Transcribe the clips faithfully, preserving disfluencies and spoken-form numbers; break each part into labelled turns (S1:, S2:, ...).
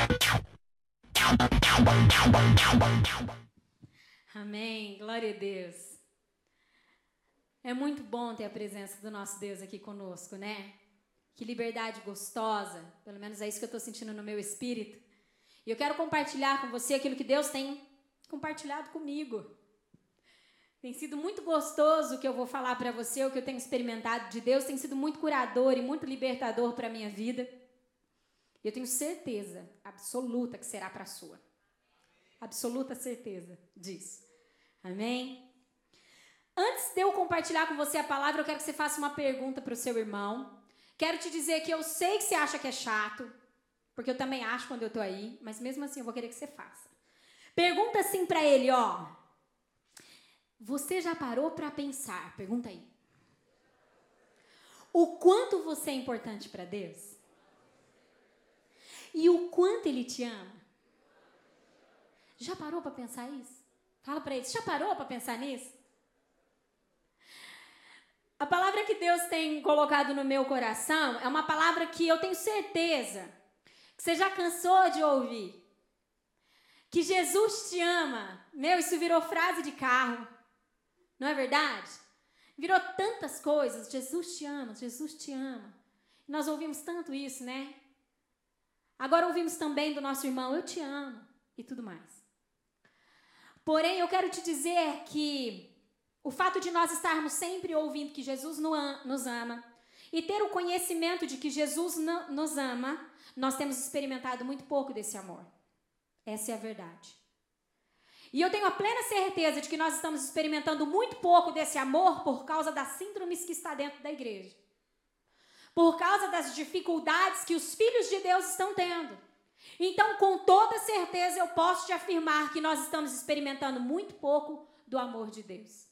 S1: Amém, glória a Deus. É muito bom ter a presença do nosso Deus aqui conosco, né? Que liberdade gostosa, pelo menos é isso que eu estou sentindo no meu espírito. E eu quero compartilhar com você aquilo que Deus tem compartilhado comigo. Tem sido muito gostoso o que eu vou falar para você, o que eu tenho experimentado de Deus, tem sido muito curador e muito libertador para a minha vida. E eu tenho certeza absoluta que será para a sua. Absoluta certeza disso. Amém? Antes de eu compartilhar com você a palavra, eu quero que você faça uma pergunta para o seu irmão. Quero te dizer que eu sei que você acha que é chato, porque eu também acho quando eu estou aí, mas mesmo assim eu vou querer que você faça. Pergunta assim para ele, ó. Você já parou para pensar? Pergunta aí. O quanto você é importante para Deus? E o quanto Ele te ama? Já parou para pensar isso? Fala para ele, já parou para pensar nisso? A palavra que Deus tem colocado no meu coração é uma palavra que eu tenho certeza que você já cansou de ouvir. Que Jesus te ama. Meu, isso virou frase de carro. Não é verdade? Virou tantas coisas. Jesus te ama, Jesus te ama. E nós ouvimos tanto isso, né? Agora ouvimos também do nosso irmão, eu te amo, e tudo mais. Porém, eu quero te dizer que o fato de nós estarmos sempre ouvindo que Jesus nos ama e ter o conhecimento de que Jesus nos ama, nós temos experimentado muito pouco desse amor. Essa é a verdade. E eu tenho a plena certeza de que nós estamos experimentando muito pouco desse amor por causa das síndromes que está dentro da igreja. Por causa das dificuldades que os filhos de Deus estão tendo. Então, com toda certeza, eu posso te afirmar que nós estamos experimentando muito pouco do amor de Deus.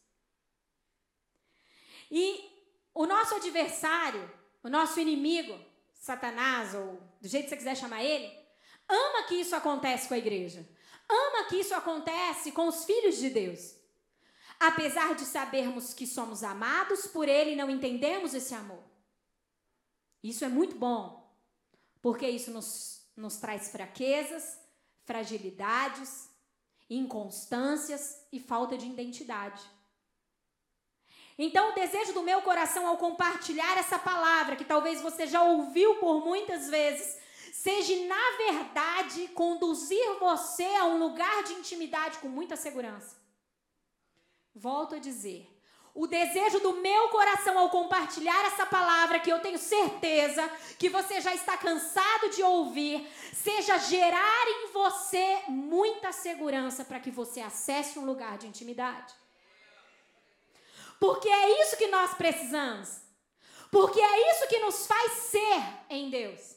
S1: E o nosso adversário, o nosso inimigo, Satanás, ou do jeito que você quiser chamar ele, ama que isso acontece com a igreja. Ama que isso acontece com os filhos de Deus. Apesar de sabermos que somos amados por Ele, não entendemos esse amor. Isso é muito bom, porque isso nos, nos traz fraquezas, fragilidades, inconstâncias e falta de identidade. Então, o desejo do meu coração ao compartilhar essa palavra, que talvez você já ouviu por muitas vezes, seja, na verdade, conduzir você a um lugar de intimidade com muita segurança. Volto a dizer, o desejo do meu coração ao compartilhar essa palavra, que eu tenho certeza que você já está cansado de ouvir, seja gerar em você muita segurança para que você acesse um lugar de intimidade. Porque é isso que nós precisamos. Porque é isso que nos faz ser em Deus.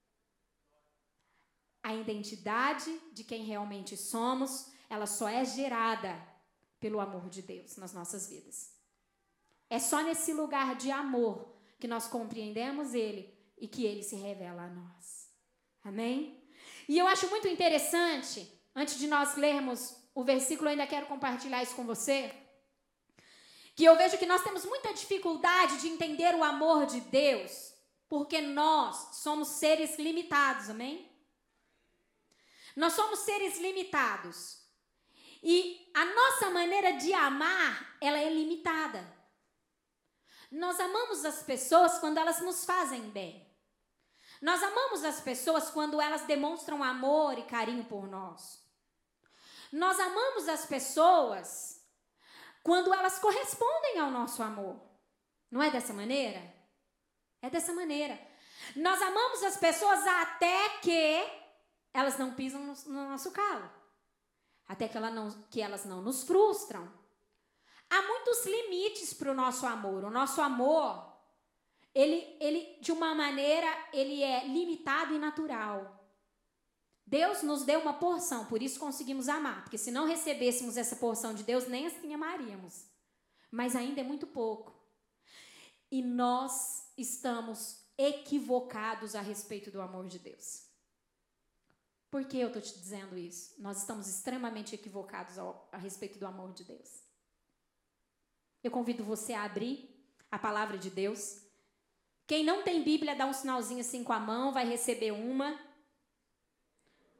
S1: A identidade de quem realmente somos, ela só é gerada pelo amor de Deus nas nossas vidas. É só nesse lugar de amor que nós compreendemos Ele e que Ele se revela a nós. Amém? E eu acho muito interessante, antes de nós lermos o versículo, eu ainda quero compartilhar isso com você, que eu vejo que nós temos muita dificuldade de entender o amor de Deus, porque nós somos seres limitados, amém? Nós somos seres limitados. E a nossa maneira de amar, ela é limitada. Nós amamos as pessoas quando elas nos fazem bem. Nós amamos as pessoas quando elas demonstram amor e carinho por nós. Nós amamos as pessoas quando elas correspondem ao nosso amor. Não é dessa maneira? É dessa maneira. Nós amamos as pessoas até que elas não pisam no, no nosso calo. Até que, ela não, que elas não nos frustram. Há muitos limites para o nosso amor. O nosso amor, ele, ele, de uma maneira, ele é limitado e natural. Deus nos deu uma porção, por isso conseguimos amar. Porque se não recebêssemos essa porção de Deus, nem assim amaríamos. Mas ainda é muito pouco. E nós estamos equivocados a respeito do amor de Deus. Por que eu estou te dizendo isso? Nós estamos extremamente equivocados ao, a respeito do amor de Deus. Eu convido você a abrir a palavra de Deus. Quem não tem Bíblia, dá um sinalzinho assim com a mão, vai receber uma.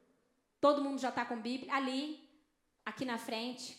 S1: Todo mundo já está com Bíblia. Ali, aqui na frente.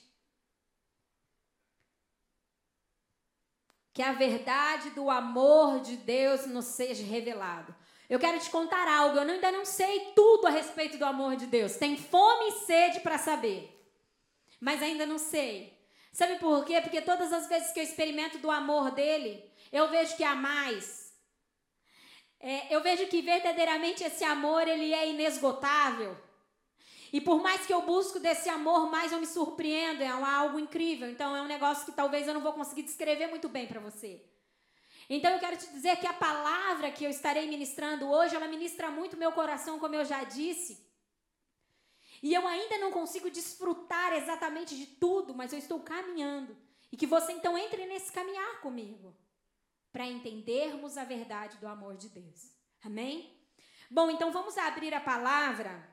S1: Que a verdade do amor de Deus nos seja revelado. Eu quero te contar algo. Eu ainda não sei tudo a respeito do amor de Deus. Tenho fome e sede para saber. Mas ainda não sei. Sabe por quê? Porque todas as vezes que eu experimento do amor dele, eu vejo que há mais. É, eu vejo que verdadeiramente esse amor, ele é inesgotável. E por mais que eu busco desse amor, mais eu me surpreendo. É algo incrível. Então é um negócio que talvez eu não vou conseguir descrever muito bem para você. Então eu quero te dizer que a palavra que eu estarei ministrando hoje, ela ministra muito meu coração, como eu já disse. E eu ainda não consigo desfrutar exatamente de tudo, mas eu estou caminhando. E que você então entre nesse caminhar comigo, para entendermos a verdade do amor de Deus. Amém? Bom, então vamos abrir a palavra.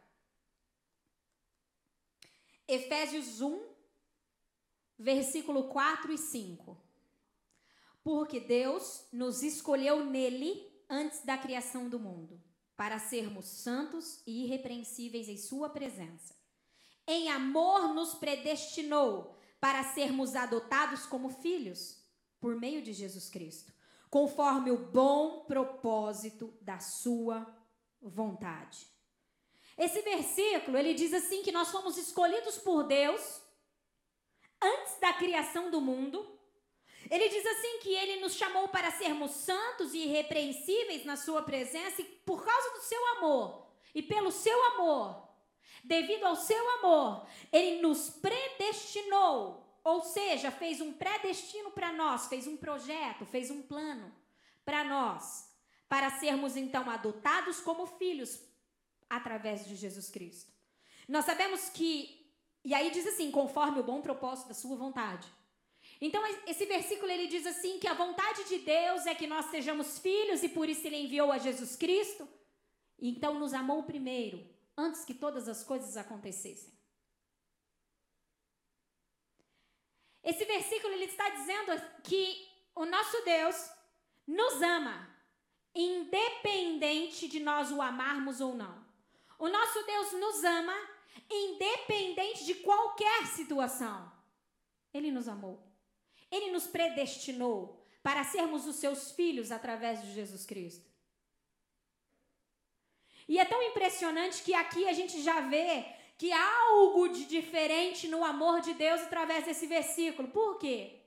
S1: Efésios um, versículo quatro e cinco. Porque Deus nos escolheu nele antes da criação do mundo, para sermos santos e irrepreensíveis em sua presença. Em amor nos predestinou para sermos adotados como filhos, por meio de Jesus Cristo, conforme o bom propósito da sua vontade. Esse versículo, ele diz assim que nós fomos escolhidos por Deus antes da criação do mundo. Ele diz assim que ele nos chamou para sermos santos e irrepreensíveis na sua presença e por causa do seu amor e pelo seu amor, devido ao seu amor, ele nos predestinou, ou seja, fez um predestino para nós, fez um projeto, fez um plano para nós, para sermos então adotados como filhos através de Jesus Cristo. Nós sabemos que, e aí diz assim, conforme o bom propósito da sua vontade. Então, esse versículo, ele diz assim, que a vontade de Deus é que nós sejamos filhos e por isso ele enviou a Jesus Cristo. E então nos amou primeiro, antes que todas as coisas acontecessem. Esse versículo, ele está dizendo que o nosso Deus nos ama, independente de nós o amarmos ou não. O nosso Deus nos ama, independente de qualquer situação. Ele nos amou. Ele nos predestinou para sermos os seus filhos através de Jesus Cristo. E é tão impressionante que aqui a gente já vê que há algo de diferente no amor de Deus através desse versículo. Por quê?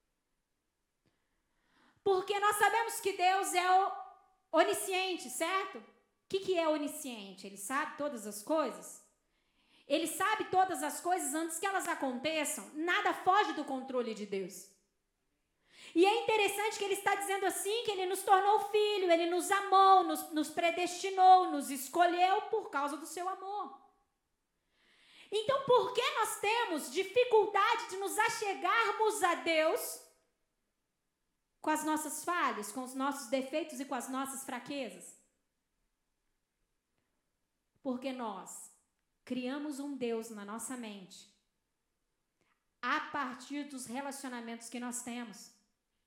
S1: Porque nós sabemos que Deus é onisciente, certo? O que, que é onisciente? Ele sabe todas as coisas? Ele sabe todas as coisas antes que elas aconteçam. Nada foge do controle de Deus. E é interessante que ele está dizendo assim, que ele nos tornou filho, ele nos amou, nos, nos predestinou, nos escolheu por causa do seu amor. Então, por que nós temos dificuldade de nos achegarmos a Deus com as nossas falhas, com os nossos defeitos e com as nossas fraquezas? Porque nós criamos um Deus na nossa mente a partir dos relacionamentos que nós temos.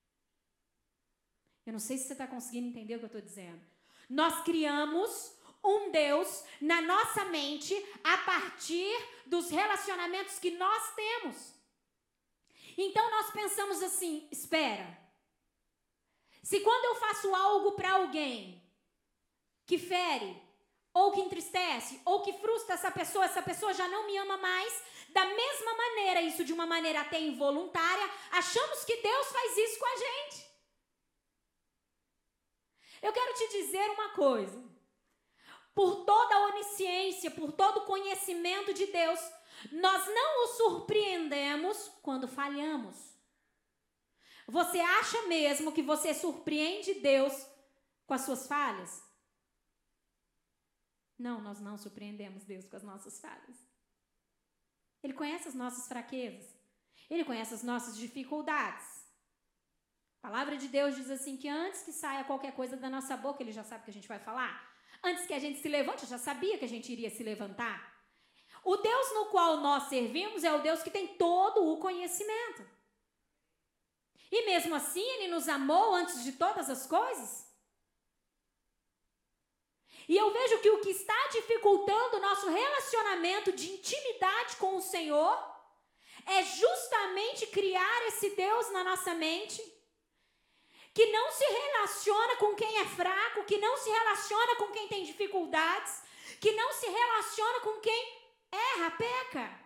S1: Eu não sei se você está conseguindo entender o que eu estou dizendo. Nós criamos um Deus na nossa mente a partir dos relacionamentos que nós temos. Então nós pensamos assim, espera, se quando eu faço algo para alguém que fere, ou que entristece, ou que frustra essa pessoa, essa pessoa já não me ama mais, da mesma maneira, isso de uma maneira até involuntária, achamos que Deus faz isso com a gente. Eu quero te dizer uma coisa, por toda a onisciência, por todo o conhecimento de Deus, nós não o surpreendemos quando falhamos. Você acha mesmo que você surpreende Deus com as suas falhas? Não, nós não surpreendemos Deus com as nossas falhas. Ele conhece as nossas fraquezas. Ele conhece as nossas dificuldades. A palavra de Deus diz assim que antes que saia qualquer coisa da nossa boca, ele já sabe o que a gente vai falar. Antes que a gente se levante, eu já sabia que a gente iria se levantar. O Deus no qual nós servimos é o Deus que tem todo o conhecimento. E mesmo assim, ele nos amou antes de todas as coisas. E eu vejo que o que está dificultando o nosso nosso relacionamento de intimidade com o Senhor é justamente criar esse Deus na nossa mente, que não se relaciona com quem é fraco, que não se relaciona com quem tem dificuldades, que não se relaciona com quem erra, peca.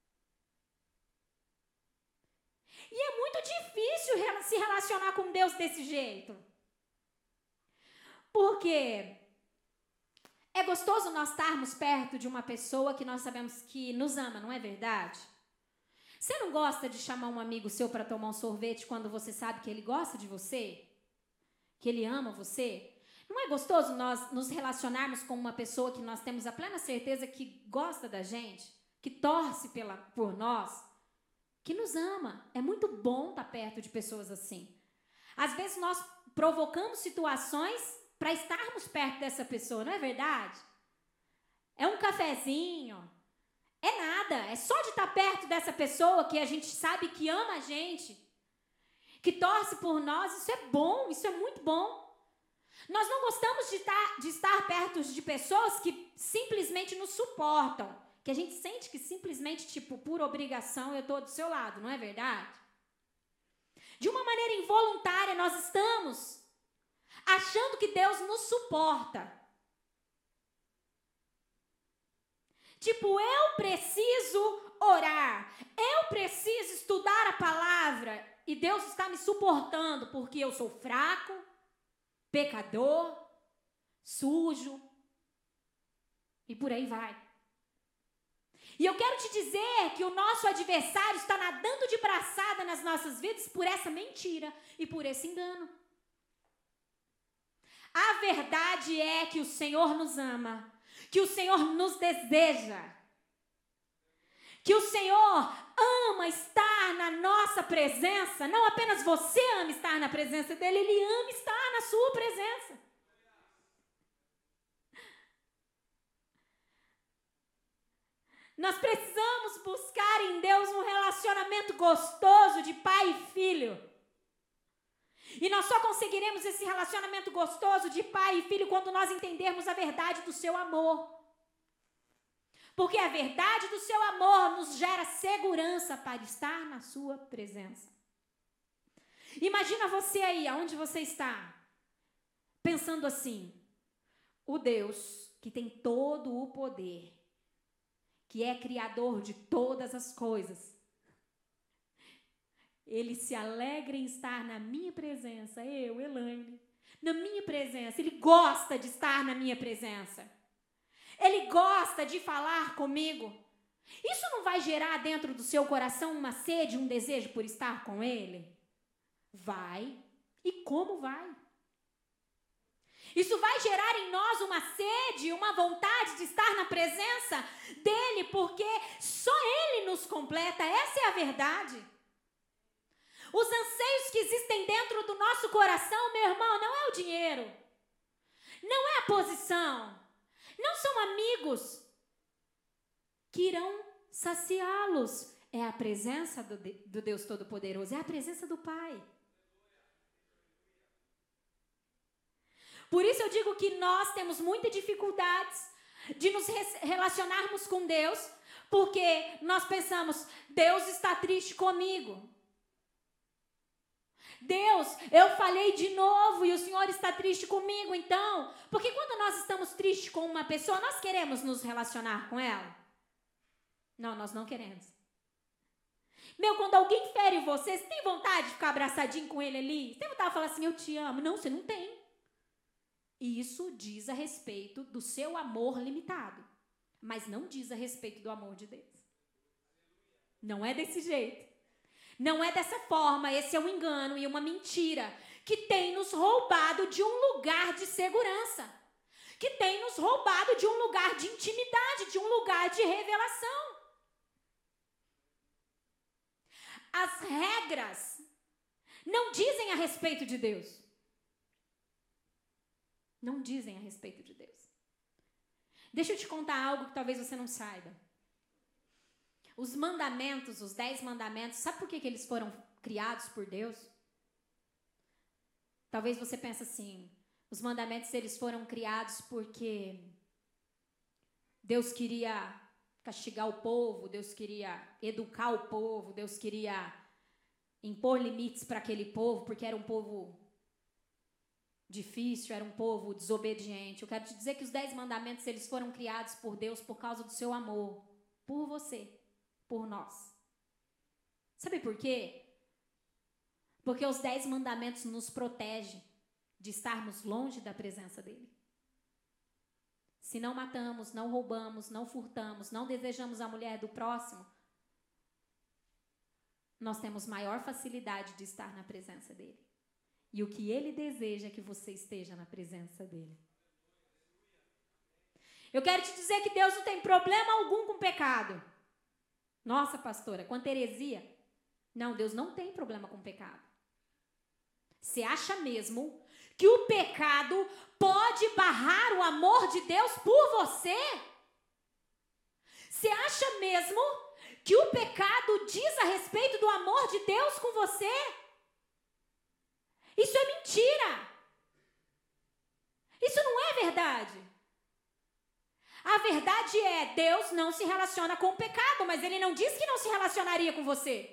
S1: E é muito difícil se relacionar com Deus desse jeito. Porque é gostoso nós estarmos perto de uma pessoa que nós sabemos que nos ama, não é verdade? Você não gosta de chamar um amigo seu para tomar um sorvete quando você sabe que ele gosta de você? Que ele ama você? Não é gostoso nós nos relacionarmos com uma pessoa que nós temos a plena certeza que gosta da gente, que torce pela, por nós, que nos ama? É muito bom estar perto de pessoas assim. Às vezes nós provocamos situações para estarmos perto dessa pessoa, não é verdade? É um cafezinho, é nada, é só de estar perto dessa pessoa que a gente sabe que ama a gente, que torce por nós, isso é bom, isso é muito bom. Nós não gostamos de estar, de estar perto de pessoas que simplesmente nos suportam, que a gente sente que simplesmente, tipo, por obrigação, eu estou do seu lado, não é verdade? De uma maneira involuntária, nós estamos achando que Deus nos suporta. Tipo, eu preciso orar, eu preciso estudar a palavra, e Deus está me suportando porque eu sou fraco, pecador, sujo, e por aí vai. E eu quero te dizer que o nosso adversário está nadando de braçada nas nossas vidas por essa mentira e por esse engano. A verdade é que o Senhor nos ama, que o Senhor nos deseja, que o Senhor ama estar na nossa presença. Não apenas você ama estar na presença dele, ele ama estar na sua presença. Nós precisamos buscar em Deus um relacionamento gostoso de pai e filho. E nós só conseguiremos esse relacionamento gostoso de pai e filho quando nós entendermos a verdade do seu amor. Porque a verdade do seu amor nos gera segurança para estar na sua presença. Imagina você aí, aonde você está, pensando assim: o Deus que tem todo o poder, que é criador de todas as coisas, ele se alegra em estar na minha presença, eu, Elaine, na minha presença. Ele gosta de estar na minha presença. Ele gosta de falar comigo. Isso não vai gerar dentro do seu coração uma sede, um desejo por estar com ele? Vai. E como vai? Isso vai gerar em nós uma sede, uma vontade de estar na presença dele, porque só ele nos completa. Essa é a verdade. Os anseios que existem dentro do nosso coração, meu irmão, não é o dinheiro, não é a posição, não são amigos que irão saciá-los. É a presença do, do Deus Todo-Poderoso, é a presença do Pai. Por isso eu digo que nós temos muitas dificuldades de nos relacionarmos com Deus, porque nós pensamos: Deus está triste comigo. Deus, eu falei de novo e o Senhor está triste comigo, então. Porque quando nós estamos tristes com uma pessoa, nós queremos nos relacionar com ela? Não, nós não queremos. Meu, quando alguém fere você, você tem vontade de ficar abraçadinho com ele ali? Você tem vontade de falar assim: eu te amo? Não, você não tem. E isso diz a respeito do seu amor limitado, mas não diz a respeito do amor de Deus. Não é desse jeito. Não é dessa forma. Esse é um engano e uma mentira que tem nos roubado de um lugar de segurança, que tem nos roubado de um lugar de intimidade, de um lugar de revelação. As regras não dizem a respeito de Deus. Não dizem a respeito de Deus. Deixa eu te contar algo que talvez você não saiba. Os mandamentos, os dez mandamentos, sabe por que, que eles foram criados por Deus? Talvez você pense assim: os mandamentos eles foram criados porque Deus queria castigar o povo, Deus queria educar o povo, Deus queria impor limites para aquele povo, porque era um povo difícil, era um povo desobediente. Eu quero te dizer que os dez mandamentos, eles foram criados por Deus por causa do seu amor, por você, por nós. Sabe por quê? Porque os dez mandamentos nos protegem de estarmos longe da presença dele. Se não matamos, não roubamos, não furtamos, não desejamos a mulher do próximo, nós temos maior facilidade de estar na presença dele. E o que ele deseja é que você esteja na presença dele. Eu quero te dizer que Deus não tem problema algum com pecado. Nossa, pastora, quanta heresia. Não, Deus não tem problema com pecado. Você acha mesmo que o pecado pode barrar o amor de Deus por você? Você acha mesmo que o pecado diz a respeito do amor de Deus com você? Isso é mentira. Isso não é verdade. A verdade é, Deus não se relaciona com o pecado, mas ele não disse que não se relacionaria com você.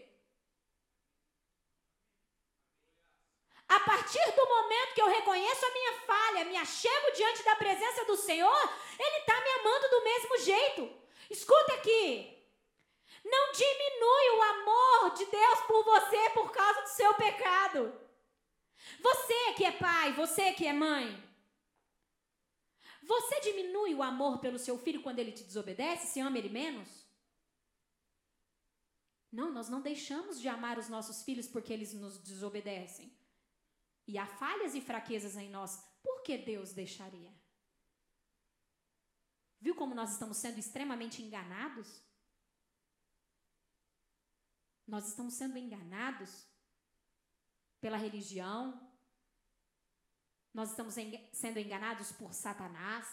S1: A partir do momento que eu reconheço a minha falha, me achego diante da presença do Senhor, ele está me amando do mesmo jeito. Escuta aqui. Não diminui o amor de Deus por você por causa do seu pecado. Você que é pai, você que é mãe, você diminui o amor pelo seu filho quando ele te desobedece? Se ama ele menos? Não, nós não deixamos de amar os nossos filhos porque eles nos desobedecem. E há falhas e fraquezas em nós. Por que Deus deixaria? Viu como nós estamos sendo extremamente enganados? Nós estamos sendo enganados pela religião. Nós estamos en- sendo enganados por Satanás.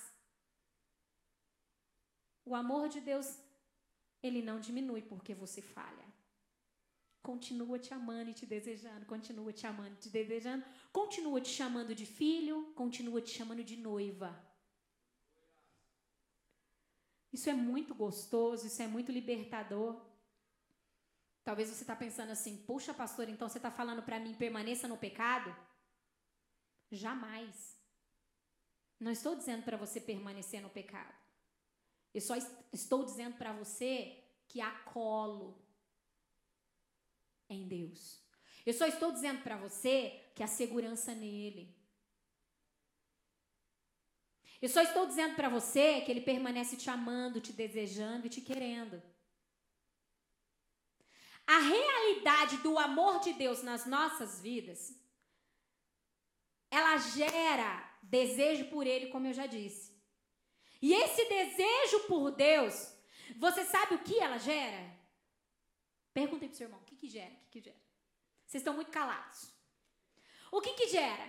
S1: O amor de Deus, ele não diminui porque você falha. Continua te amando e te desejando, continua te amando e te desejando, continua te chamando de filho, continua te chamando de noiva. Isso é muito gostoso, isso é muito libertador. Talvez você está pensando assim, puxa, pastor, então você está falando para mim, permaneça no pecado? Jamais. Não estou dizendo para você permanecer no pecado. Eu só est- estou dizendo para você que há colo em Deus. Eu só estou dizendo para você que há segurança nele. Eu só estou dizendo para você que ele permanece te amando, te desejando e te querendo. A realidade do amor de Deus nas nossas vidas, ela gera desejo por ele, como eu já disse. E esse desejo por Deus, você sabe o que ela gera? Perguntem para o seu irmão, o que que gera? O que que gera? Vocês estão muito calados. O que que gera?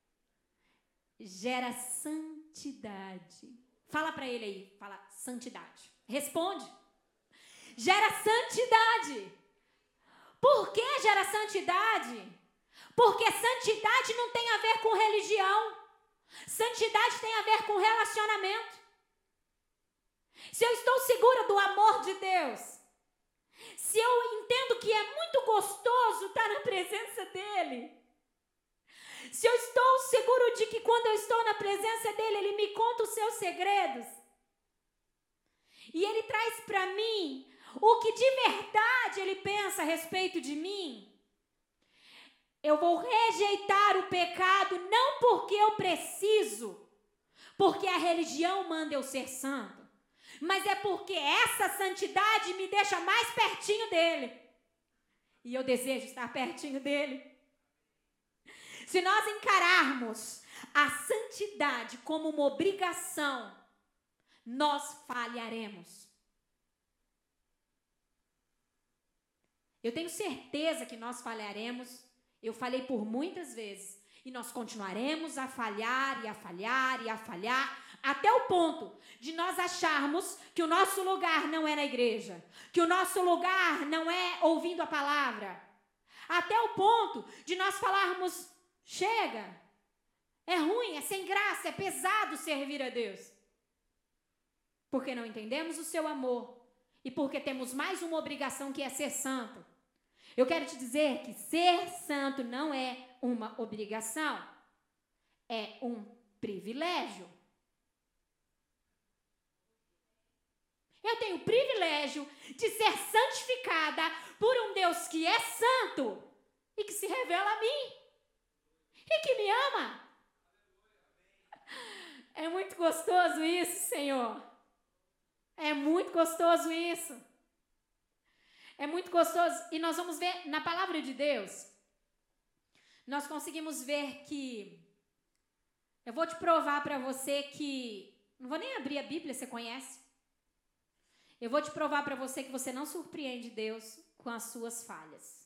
S1: Gera santidade. Fala para ele aí, fala santidade. Responde. Gera santidade. Por que gera santidade? Porque santidade não tem a ver com religião. Santidade tem a ver com relacionamento. Se eu estou segura do amor de Deus, se eu entendo que é muito gostoso estar na presença dele, se eu estou seguro de que quando eu estou na presença dele, ele me conta os seus segredos, e ele traz para mim o que de verdade ele pensa a respeito de mim, eu vou rejeitar o pecado não porque eu preciso, porque a religião manda eu ser santo, mas é porque essa santidade me deixa mais pertinho dele. E eu desejo estar pertinho dele. Se nós encararmos a santidade como uma obrigação, nós falharemos. Eu tenho certeza que nós falharemos. Eu falei por muitas vezes. E nós continuaremos a falhar e a falhar e a falhar, até o ponto de nós acharmos que o nosso lugar não é na igreja, que o nosso lugar não é ouvindo a palavra, até o ponto de nós falarmos, chega, é ruim, é sem graça, é pesado servir a Deus. porque não entendemos o seu amor e porque temos mais uma obrigação que é ser santo. Eu quero te dizer que ser santo não é uma obrigação, é um privilégio. Eu tenho o privilégio de ser santificada por um Deus que é santo e que se revela a mim e que me ama. É muito gostoso isso, Senhor. É muito gostoso isso. É muito gostoso. E nós vamos ver na palavra de Deus, nós conseguimos ver que, eu vou te provar para você que, não vou nem abrir a Bíblia, você conhece. Eu vou te provar para você que você não surpreende Deus com as suas falhas.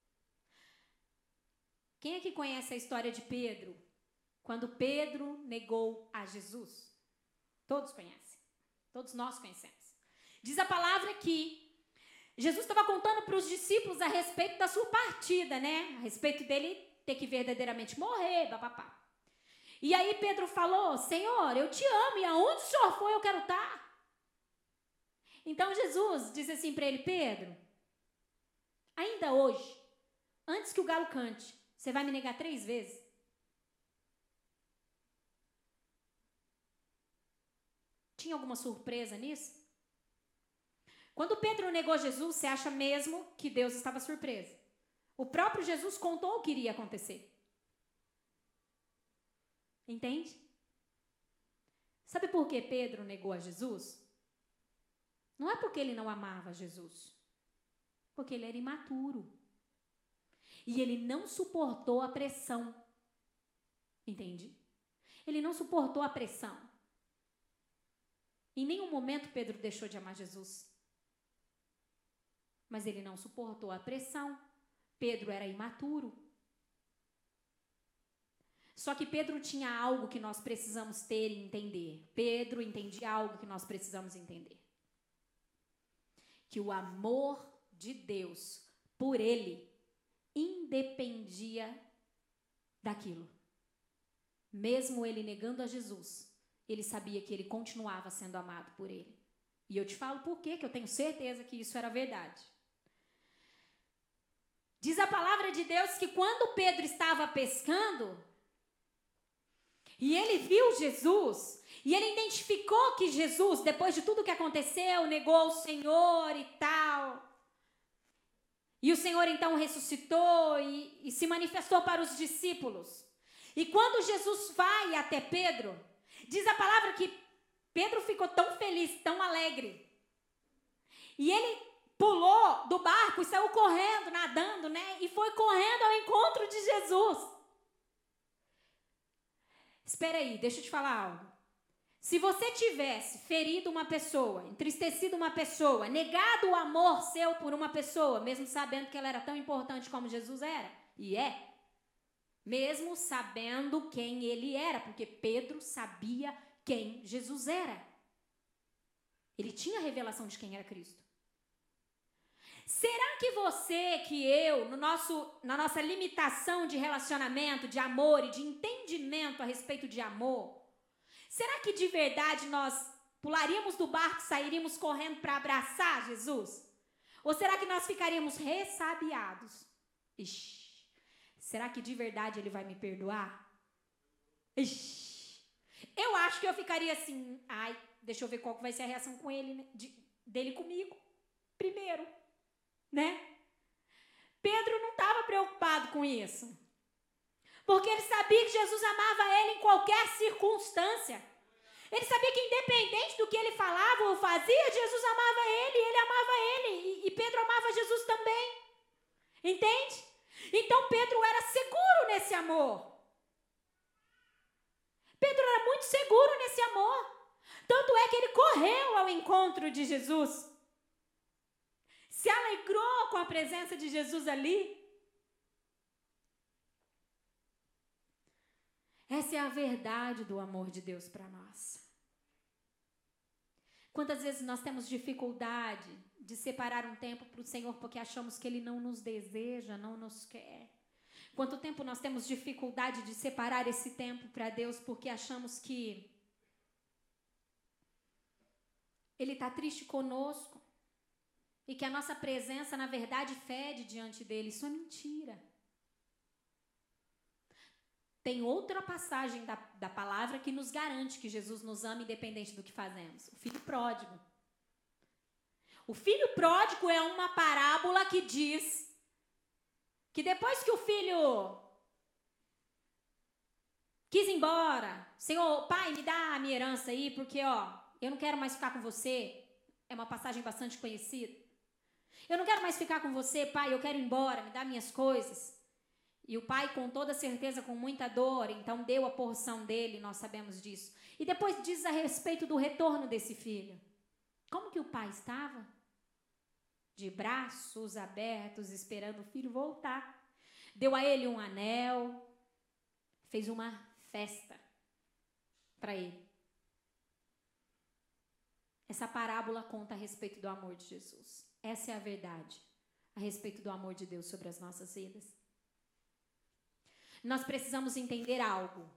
S1: Quem aqui conhece a história de Pedro? Quando Pedro negou a Jesus. Todos conhecem. Todos nós conhecemos. Diz a palavra que Jesus estava contando para os discípulos a respeito da sua partida, né? A respeito dele ter que verdadeiramente morrer, papapá. E aí Pedro falou, Senhor, eu te amo e aonde o Senhor for eu quero estar. Então Jesus disse assim para ele, Pedro, ainda hoje, antes que o galo cante, você vai me negar três vezes? Tinha alguma surpresa nisso? Quando Pedro negou Jesus, você acha mesmo que Deus estava surpreso? O próprio Jesus contou o que iria acontecer. Entende? Sabe por que Pedro negou a Jesus? Não é porque ele não amava Jesus. Porque ele era imaturo. E ele não suportou a pressão. Entende? Ele não suportou a pressão. Em nenhum momento Pedro deixou de amar Jesus. Mas ele não suportou a pressão. Pedro era imaturo. Só que Pedro tinha algo que nós precisamos ter e entender. Pedro entendia algo que nós precisamos entender. Que o amor de Deus por ele independia daquilo. Mesmo ele negando a Jesus, ele sabia que ele continuava sendo amado por ele. E eu te falo por quê, que eu tenho certeza que isso era verdade. Diz a palavra de Deus que quando Pedro estava pescando, e ele viu Jesus, e ele identificou que Jesus, depois de tudo que aconteceu, negou o Senhor e tal. E o Senhor então ressuscitou e, e se manifestou para os discípulos. E quando Jesus vai até Pedro, diz a palavra que Pedro ficou tão feliz, tão alegre. E ele pulou do barco e saiu correndo, nadando, né? E foi correndo ao encontro de Jesus. Espera aí, deixa eu te falar algo. Se você tivesse ferido uma pessoa, entristecido uma pessoa, negado o amor seu por uma pessoa, mesmo sabendo que ela era tão importante como Jesus era, e é, mesmo sabendo quem ele era, porque Pedro sabia quem Jesus era. Ele tinha a revelação de quem era Cristo. Será que você, que eu, no nosso, na nossa limitação de relacionamento, de amor e de entendimento a respeito de amor, será que de verdade nós pularíamos do barco e sairíamos correndo para abraçar Jesus? Ou será que nós ficaríamos ressabiados? Ixi, será que de verdade ele vai me perdoar? Ixi, eu acho que eu ficaria assim, ai, deixa eu ver qual vai ser a reação com ele, né, de, dele comigo, primeiro. Né? Pedro não estava preocupado com isso. Porque ele sabia que Jesus amava ele em qualquer circunstância. Ele sabia que independente do que ele falava ou fazia, Jesus amava ele, ele amava ele. E, e Pedro amava Jesus também. Entende? Então Pedro era seguro nesse amor. Pedro era muito seguro nesse amor. Tanto é que ele correu ao encontro de Jesus. Se alegrou com a presença de Jesus ali. Essa é a verdade do amor de Deus para nós. Quantas vezes nós temos dificuldade de separar um tempo para o Senhor porque achamos que Ele não nos deseja, não nos quer. Quanto tempo nós temos dificuldade de separar esse tempo para Deus porque achamos que Ele está triste conosco. E que a nossa presença, na verdade, fede diante dele. Isso é mentira. Tem outra passagem da, da palavra que nos garante que Jesus nos ama independente do que fazemos. O filho pródigo. O filho pródigo é uma parábola que diz que depois que o filho quis ir embora, Senhor, pai, me dá a minha herança aí, porque, ó, eu não quero mais ficar com você. É uma passagem bastante conhecida. Eu não quero mais ficar com você, pai, eu quero ir embora, me dá minhas coisas. E o pai, com toda certeza, com muita dor, então deu a porção dele, nós sabemos disso. E depois diz a respeito do retorno desse filho. Como que o pai estava? De braços abertos, esperando o filho voltar. Deu a ele um anel, fez uma festa para ele. Essa parábola conta a respeito do amor de Jesus. Essa é a verdade a respeito do amor de Deus sobre as nossas vidas. Nós precisamos entender algo.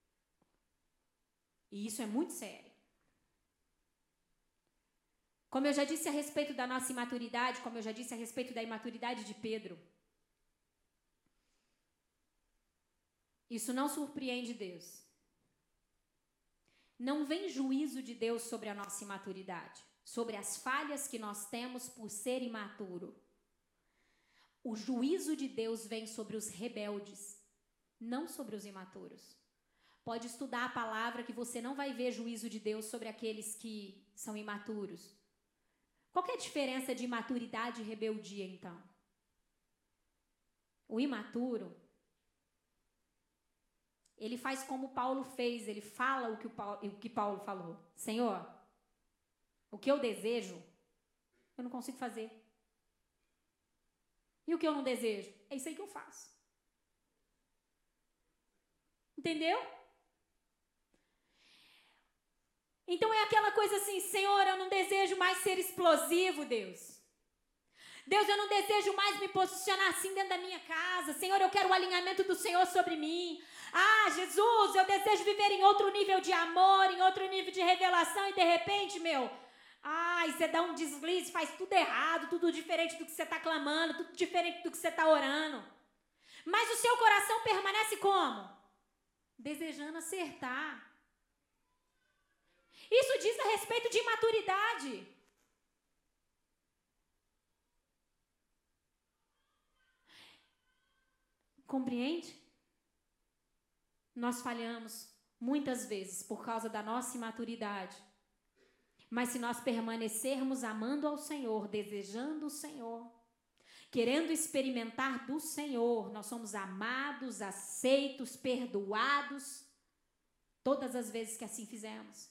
S1: E isso é muito sério. Como eu já disse a respeito da nossa imaturidade, como eu já disse a respeito da imaturidade de Pedro, isso não surpreende Deus. Não vem juízo de Deus sobre a nossa imaturidade, sobre as falhas que nós temos por ser imaturo. O juízo de Deus vem sobre os rebeldes, não sobre os imaturos. Pode estudar a palavra que você não vai ver juízo de Deus sobre aqueles que são imaturos. Qual que é a diferença de imaturidade e rebeldia, então? O imaturo, ele faz como Paulo fez, ele fala o que, o Paulo, o que Paulo falou. Senhor, o que eu desejo, eu não consigo fazer. E o que eu não desejo? É isso aí que eu faço. Entendeu? Então é aquela coisa assim, Senhor, eu não desejo mais ser explosivo, Deus. Deus, eu não desejo mais me posicionar assim dentro da minha casa. Senhor, eu quero o alinhamento do Senhor sobre mim. Ah, Jesus, eu desejo viver em outro nível de amor, em outro nível de revelação e de repente, meu, ai, você dá um deslize, faz tudo errado, tudo diferente do que você está clamando, tudo diferente do que você está orando. Mas o seu coração permanece como? Desejando acertar. Isso diz a respeito de imaturidade. Compreende? Nós falhamos muitas vezes por causa da nossa imaturidade. Mas se nós permanecermos amando ao Senhor, desejando o Senhor, querendo experimentar do Senhor, nós somos amados, aceitos, perdoados, todas as vezes que assim fizemos.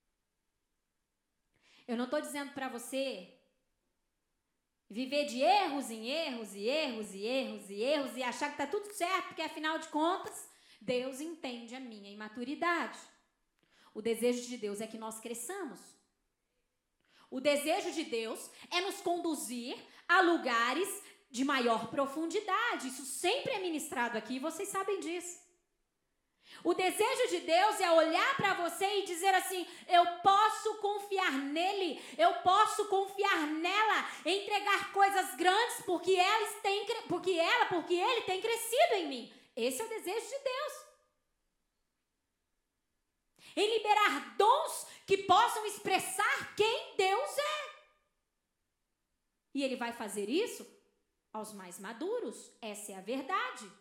S1: Eu não estou dizendo para você viver de erros em erros e erros e erros e erros e achar que está tudo certo, porque afinal de contas, Deus entende a minha imaturidade. O desejo de Deus é que nós cresçamos. O desejo de Deus é nos conduzir a lugares de maior profundidade. Isso sempre é ministrado aqui e vocês sabem disso. O desejo de Deus é olhar para você e dizer assim, eu posso confiar nele, eu posso confiar nela, entregar coisas grandes porque ela tem, porque ela, porque ele tem crescido em mim. Esse é o desejo de Deus. Em liberar dons que possam expressar quem Deus é. E ele vai fazer isso aos mais maduros. Essa é a verdade.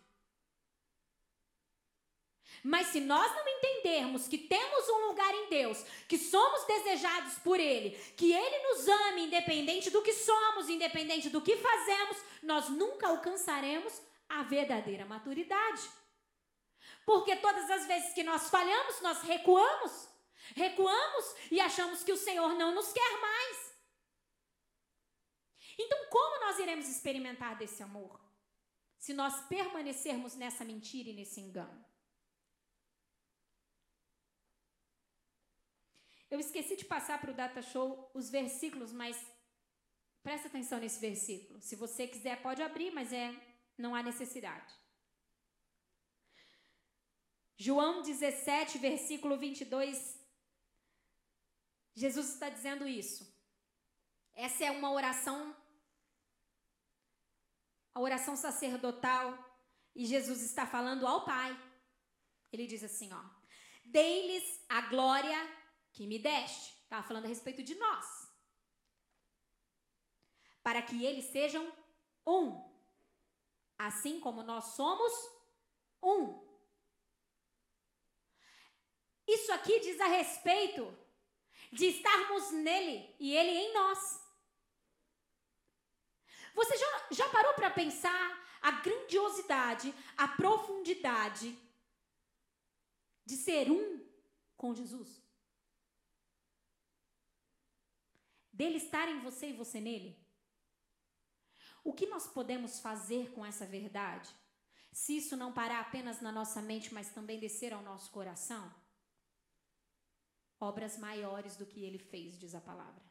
S1: Mas se nós não entendermos que temos um lugar em Deus, que somos desejados por Ele, que Ele nos ame independente do que somos, independente do que fazemos, nós nunca alcançaremos a verdadeira maturidade. Porque todas as vezes que nós falhamos, nós recuamos, recuamos e achamos que o Senhor não nos quer mais. Então, como nós iremos experimentar desse amor? Se nós permanecermos nessa mentira e nesse engano. Eu esqueci de passar para o Data Show os versículos, mas presta atenção nesse versículo. Se você quiser, pode abrir, mas é, não há necessidade. João dezessete, versículo vinte e dois, Jesus está dizendo isso. Essa é uma oração, a oração sacerdotal, e Jesus está falando ao Pai. Ele diz assim, ó: dei-lhes a glória que me deste. Estava falando a respeito de nós. Para que eles sejam um, assim como nós somos um. Isso aqui diz a respeito de estarmos nele e ele em nós. Você já, já parou para pensar a grandiosidade, a profundidade de ser um com Jesus? Dele estar em você e você nele? O que nós podemos fazer com essa verdade, se isso não parar apenas na nossa mente, mas também descer ao nosso coração? Obras maiores do que ele fez, diz a palavra.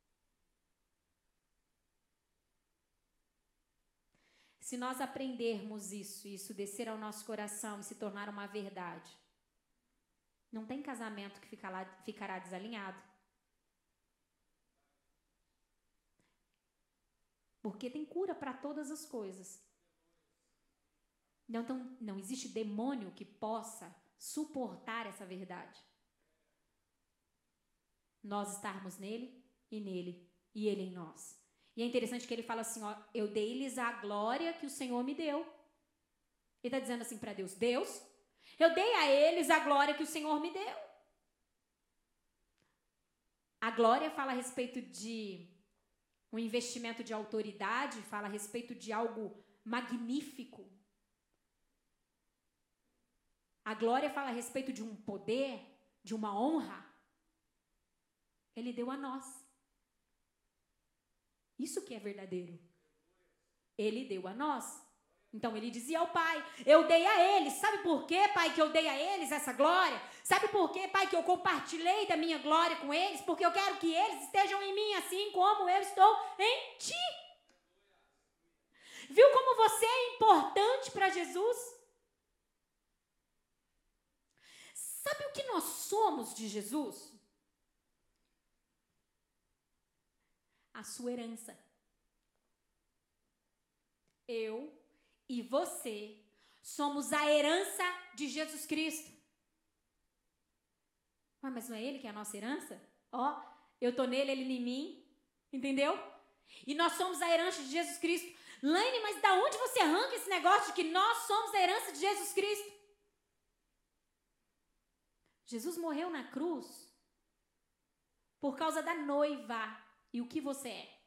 S1: Se nós aprendermos isso, isso descer ao nosso coração e se tornar uma verdade, não tem casamento que fica lá, ficará desalinhado. Porque tem cura para todas as coisas. Não, então, não existe demônio que possa suportar essa verdade. Nós estarmos nele e nele, e ele em nós. E é interessante que ele fala assim, ó, eu dei-lhes a glória que o Senhor me deu. Ele está dizendo assim para Deus, Deus, eu dei a eles a glória que o Senhor me deu. A glória fala a respeito de um investimento de autoridade, fala a respeito de algo magnífico. A glória fala a respeito de um poder, de uma honra. Ele deu a nós. Isso que é verdadeiro. Ele deu a nós. Então ele dizia ao Pai, eu dei a eles. Sabe por quê, Pai, que eu dei a eles essa glória? Sabe por quê, Pai, que eu compartilhei da minha glória com eles? Porque eu quero que eles estejam em mim assim como eu estou em ti. Viu como você é importante para Jesus? Sabe o que nós somos de Jesus? A sua herança. Eu e você somos a herança de Jesus Cristo. Ah, mas não é ele que é a nossa herança? Ó, eu tô nele, ele em mim. Entendeu? E nós somos a herança de Jesus Cristo. Laine, mas da onde você arranca esse negócio de que nós somos a herança de Jesus Cristo? Jesus morreu na cruz por causa da noiva. E o que você é?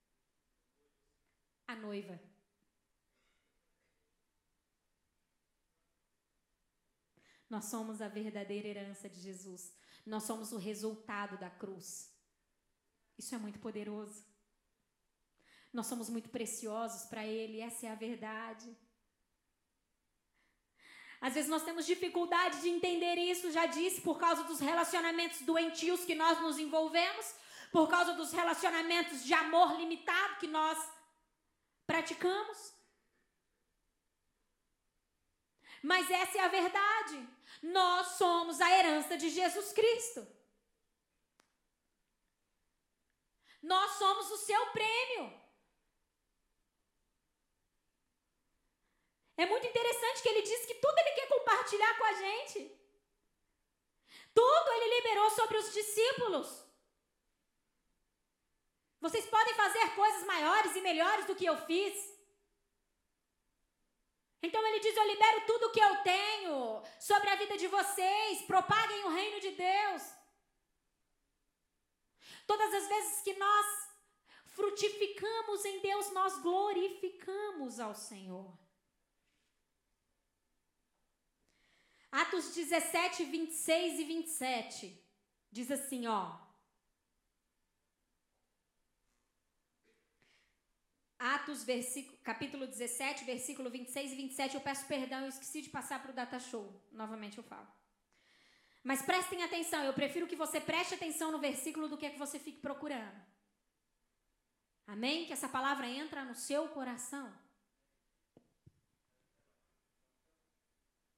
S1: A noiva. Nós somos a verdadeira herança de Jesus. Nós somos o resultado da cruz. Isso é muito poderoso. Nós somos muito preciosos para Ele. Essa é a verdade. Às vezes nós temos dificuldade de entender isso, já disse, por causa dos relacionamentos doentios que nós nos envolvemos, por causa dos relacionamentos de amor limitado que nós praticamos. Mas essa é a verdade. Nós somos a herança de Jesus Cristo. Nós somos o seu prêmio. É muito interessante que ele diz que tudo ele quer compartilhar com a gente. Tudo ele liberou sobre os discípulos. Vocês podem fazer coisas maiores e melhores do que eu fiz. Então ele diz, eu libero tudo o que eu tenho sobre a vida de vocês. Propaguem o reino de Deus. Todas as vezes que nós frutificamos em Deus, nós glorificamos ao Senhor. Atos dezessete, vinte e seis e vinte e sete. Diz assim, ó. Atos, versículo, capítulo dezessete, versículo vinte e seis e vinte e sete. Eu peço perdão, eu esqueci de passar para o data show. Novamente eu falo. Mas prestem atenção, eu prefiro que você preste atenção no versículo do que que você fique procurando. Amém? Que essa palavra entra no seu coração.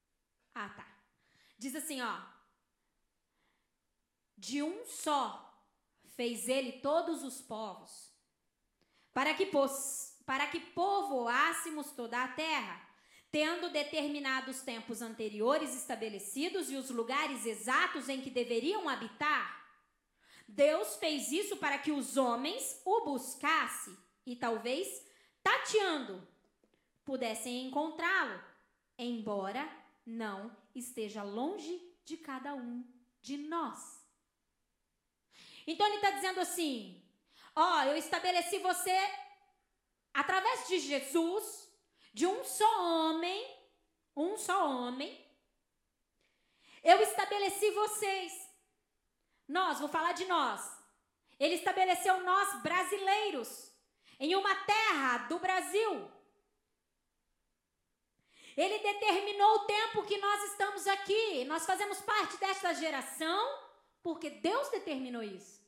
S1: Ah, tá. Diz assim, ó. De um só fez ele todos os povos, para que, pos, para que povoássemos toda a terra, tendo determinados tempos anteriores estabelecidos e os lugares exatos em que deveriam habitar. Deus fez isso para que os homens o buscassem e talvez, tateando, pudessem encontrá-lo, embora não esteja longe de cada um de nós. Então ele está dizendo assim, ó, oh, eu estabeleci você através de Jesus, de um só homem, um só homem, eu estabeleci vocês. Nós, vou falar de nós. Ele estabeleceu nós brasileiros em uma terra do Brasil. Ele determinou o tempo que nós estamos aqui. Nós fazemos parte desta geração porque Deus determinou isso.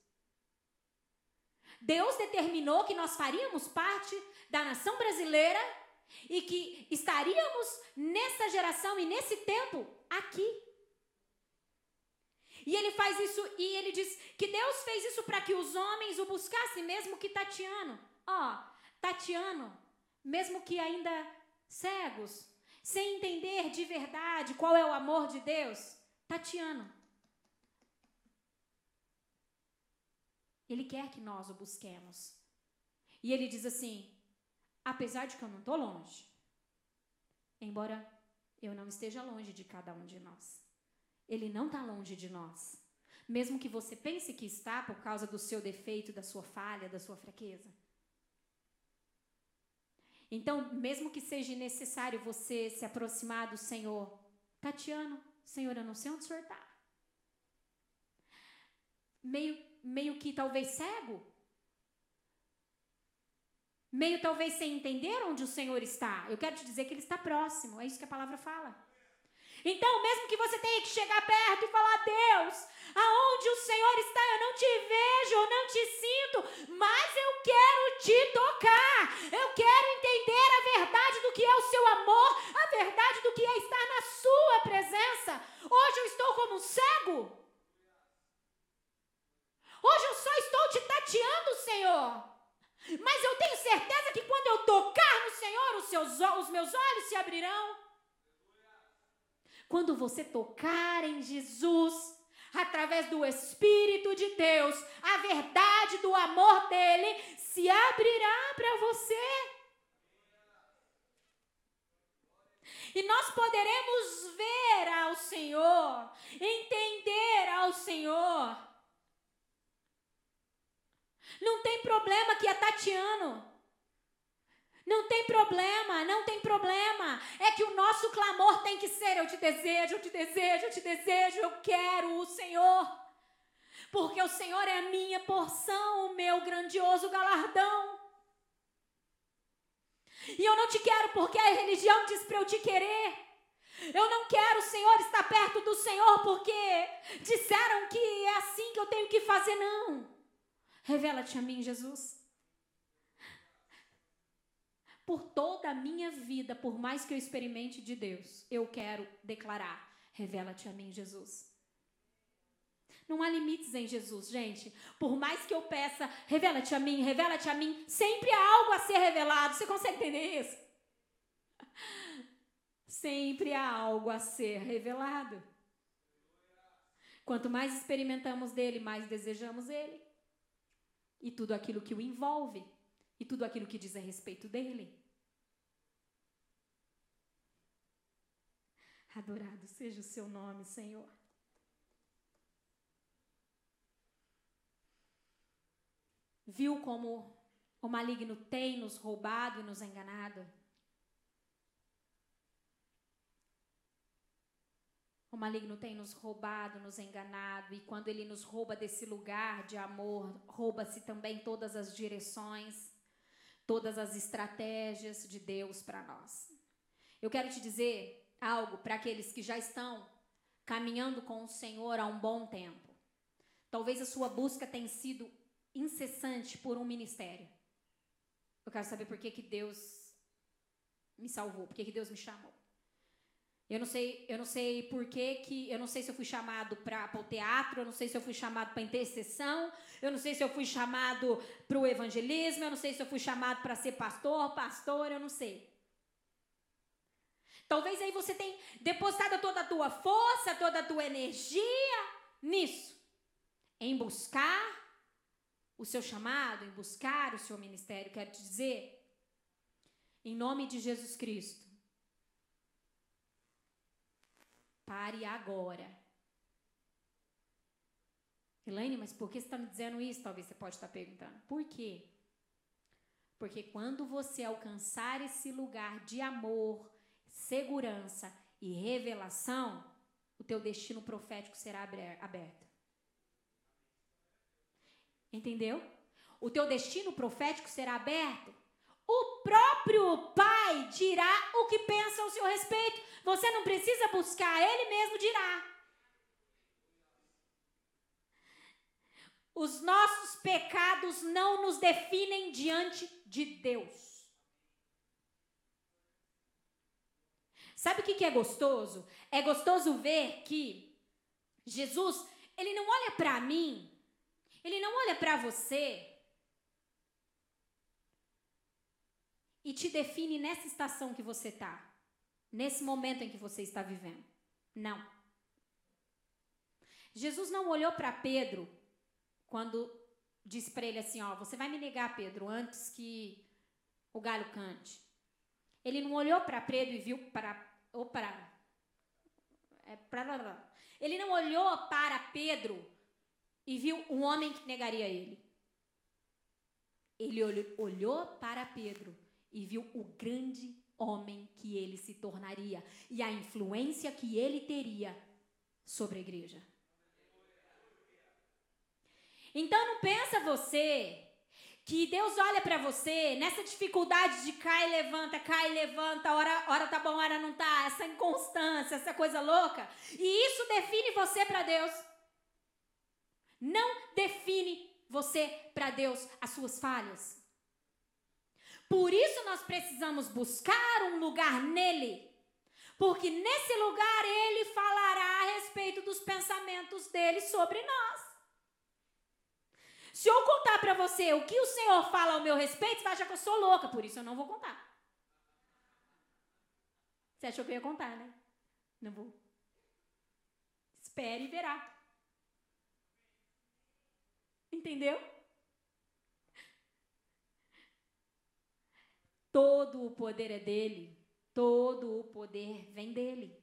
S1: Deus determinou que nós faríamos parte da nação brasileira e que estaríamos nessa geração e nesse tempo aqui. E ele faz isso, e ele diz que Deus fez isso para que os homens o buscassem, mesmo que tateando. Ó, tateando, mesmo que ainda cegos, sem entender de verdade qual é o amor de Deus, tateando. Ele quer que nós o busquemos. E ele diz assim, apesar de que eu não estou longe, embora eu não esteja longe de cada um de nós, ele não está longe de nós. Mesmo que você pense que está por causa do seu defeito, da sua falha, da sua fraqueza. Então, mesmo que seja necessário você se aproximar do Senhor, tateando, Senhor, eu não sei onde o Senhor está. Meio, meio que talvez cego. Meio talvez sem entender onde o Senhor está. Eu quero te dizer que Ele está próximo, é isso que a palavra fala. Então, mesmo que você tenha que chegar perto e falar, Deus, aonde o Senhor está, eu não te vejo, eu não te sinto, mas eu quero te tocar, eu quero entender a verdade do que é o seu amor, a verdade do que é estar na sua presença. Hoje eu estou como um cego. Hoje eu só estou te tateando, Senhor. Mas eu tenho certeza que quando eu tocar no Senhor, os, seus, os meus olhos se abrirão. Quando você tocar em Jesus, através do Espírito de Deus, a verdade do amor dele se abrirá para você. E nós poderemos ver ao Senhor, entender ao Senhor. Não tem problema que é tateando. Não tem problema, não tem problema. É que o nosso clamor tem que ser, eu te desejo, eu te desejo, eu te desejo, eu quero o Senhor. Porque o Senhor é a minha porção, o meu grandioso galardão. E eu não te quero porque a religião diz para eu te querer. Eu não quero, Senhor, estar perto do Senhor porque disseram que é assim que eu tenho que fazer, não. Revela-te a mim, Jesus. Por toda a minha vida, por mais que eu experimente de Deus, eu quero declarar, revela-te a mim, Jesus. Não há limites em Jesus, gente. Por mais que eu peça, revela-te a mim, revela-te a mim, sempre há algo a ser revelado. Você consegue entender isso? Sempre há algo a ser revelado. Quanto mais experimentamos dele, mais desejamos ele. E tudo aquilo que o envolve. E tudo aquilo que diz a respeito dele. Adorado seja o seu nome, Senhor. Viu como o maligno tem nos roubado e nos enganado? O maligno tem nos roubado, nos enganado, e quando ele nos rouba desse lugar de amor, rouba-se também todas as direções, todas as estratégias de Deus para nós. Eu quero te dizer algo para aqueles que já estão caminhando com o Senhor há um bom tempo. Talvez a sua busca tenha sido incessante por um ministério. Eu quero saber por que que Deus me salvou, por que que Deus me chamou. Eu não sei, eu não sei por que que, eu não sei se eu fui chamado para o teatro, eu não sei se eu fui chamado para intercessão, eu não sei se eu fui chamado para o evangelismo, eu não sei se eu fui chamado para ser pastor, pastor, eu não sei. Talvez aí você tenha depositado toda a tua força, toda a tua energia nisso, em buscar o seu chamado, em buscar o seu ministério. Quero te dizer, em nome de Jesus Cristo, pare agora. Elaine, mas por que você está me dizendo isso? Talvez você pode estar perguntando. Por quê? Porque quando você alcançar esse lugar de amor, segurança e revelação, o teu destino profético será aberto. Entendeu? O teu destino profético será aberto. O próprio Pai dirá o que pensa ao seu respeito. Você não precisa buscar, Ele mesmo dirá. Os nossos pecados não nos definem diante de Deus. Sabe o que é gostoso? É gostoso ver que Jesus, Ele não olha para mim, Ele não olha para você e te define nessa estação que você está, nesse momento em que você está vivendo. Não. Jesus não olhou para Pedro quando disse para ele assim, ó, você vai me negar, Pedro, antes que o galho cante. Ele não olhou para Pedro e viu para... Ou para, é, para... Ele não olhou para Pedro e viu um homem que negaria ele. Ele olhou, olhou para Pedro e viu o grande homem que ele se tornaria e a influência que ele teria sobre a igreja. Então não pensa você que Deus olha para você nessa dificuldade de cai, levanta, cai, levanta, hora, hora tá bom, hora não tá, essa inconstância, essa coisa louca, e isso define você para Deus. Não define você para Deus as suas falhas. Por isso nós precisamos buscar um lugar nele, porque nesse lugar ele falará a respeito dos pensamentos dele sobre nós. Se eu contar para você o que o Senhor fala ao meu respeito, você vai achar que eu sou louca, por isso eu não vou contar. Você achou que eu ia contar, né? Não vou. Espere e verá. Entendeu? Todo o poder é dele. Todo o poder vem dele.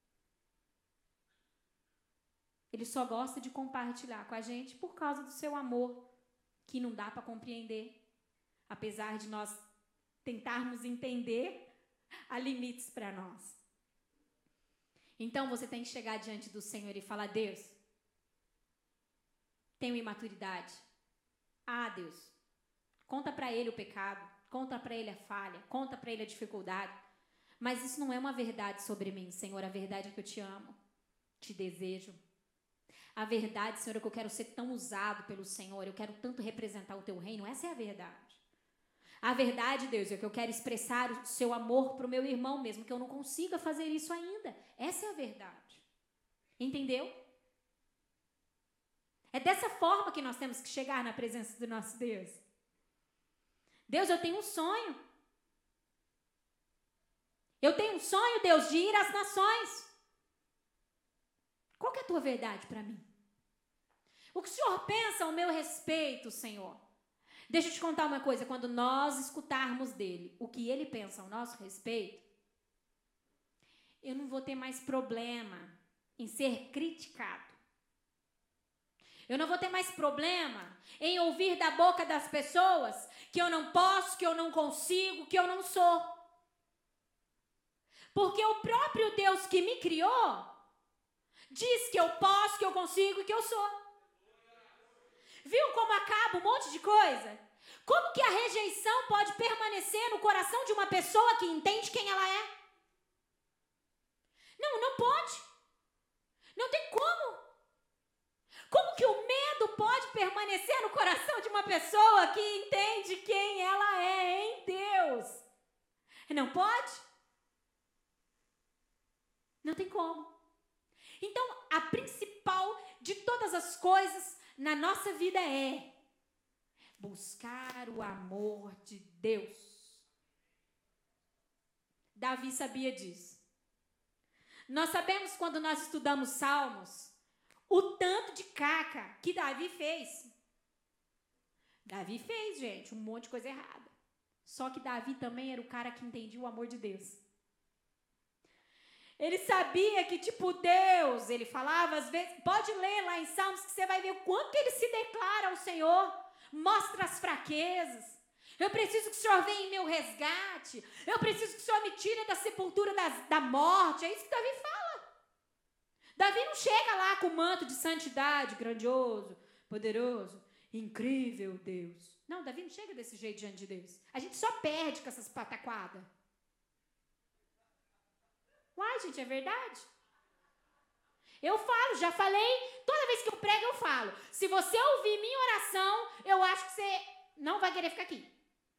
S1: Ele só gosta de compartilhar com a gente por causa do seu amor, que não dá para compreender. Apesar de nós tentarmos entender, há limites para nós. Então você tem que chegar diante do Senhor e falar, Deus, tenho imaturidade. Ah, Deus, conta para Ele o pecado, conta para Ele a falha, conta para Ele a dificuldade. Mas isso não é uma verdade sobre mim, Senhor. A verdade é que eu te amo, te desejo. A verdade, Senhor, é que eu quero ser tão usado pelo Senhor, eu quero tanto representar o teu reino, essa é a verdade. A verdade, Deus, é que eu quero expressar o seu amor para o meu irmão, mesmo que eu não consiga fazer isso ainda. Essa é a verdade. Entendeu? É dessa forma que nós temos que chegar na presença do nosso Deus. Deus, eu tenho um sonho. Eu tenho um sonho, Deus, de ir às nações. Qual que é a tua verdade para mim? O que o Senhor pensa ao meu respeito, Senhor? Deixa eu te contar uma coisa. Quando nós escutarmos dele o que ele pensa ao nosso respeito, eu não vou ter mais problema em ser criticado. Eu não vou ter mais problema em ouvir da boca das pessoas que eu não posso, que eu não consigo, que eu não sou. Porque o próprio Deus que me criou diz que eu posso, que eu consigo e que eu sou. Viu como acaba um monte de coisa? Como que a rejeição pode permanecer no coração de uma pessoa que entende quem ela é? Não, não pode. Não tem como. Como que o medo pode permanecer no coração de uma pessoa que entende quem ela é em Deus? Não pode? Não tem como. Então, a principal de todas as coisas na nossa vida é buscar o amor de Deus. Davi sabia disso. Nós sabemos, quando nós estudamos Salmos, o tanto de caca que Davi fez. Davi fez, gente, um monte de coisa errada. Só que Davi também era o cara que entendia o amor de Deus. Ele sabia que, tipo, Deus, ele falava às vezes, pode ler lá em Salmos que você vai ver o quanto ele se declara ao Senhor, mostra as fraquezas. Eu preciso que o Senhor venha em meu resgate. Eu preciso que o Senhor me tire da sepultura da, da morte. É isso que Davi fala. Davi não chega lá com o manto de santidade, grandioso, poderoso, incrível Deus. Não, Davi não chega desse jeito diante de Deus. A gente só perde com essas pataquadas. Uai, gente, é verdade? Eu falo, já falei, toda vez que eu prego eu falo. Se você ouvir minha oração, eu acho que você não vai querer ficar aqui.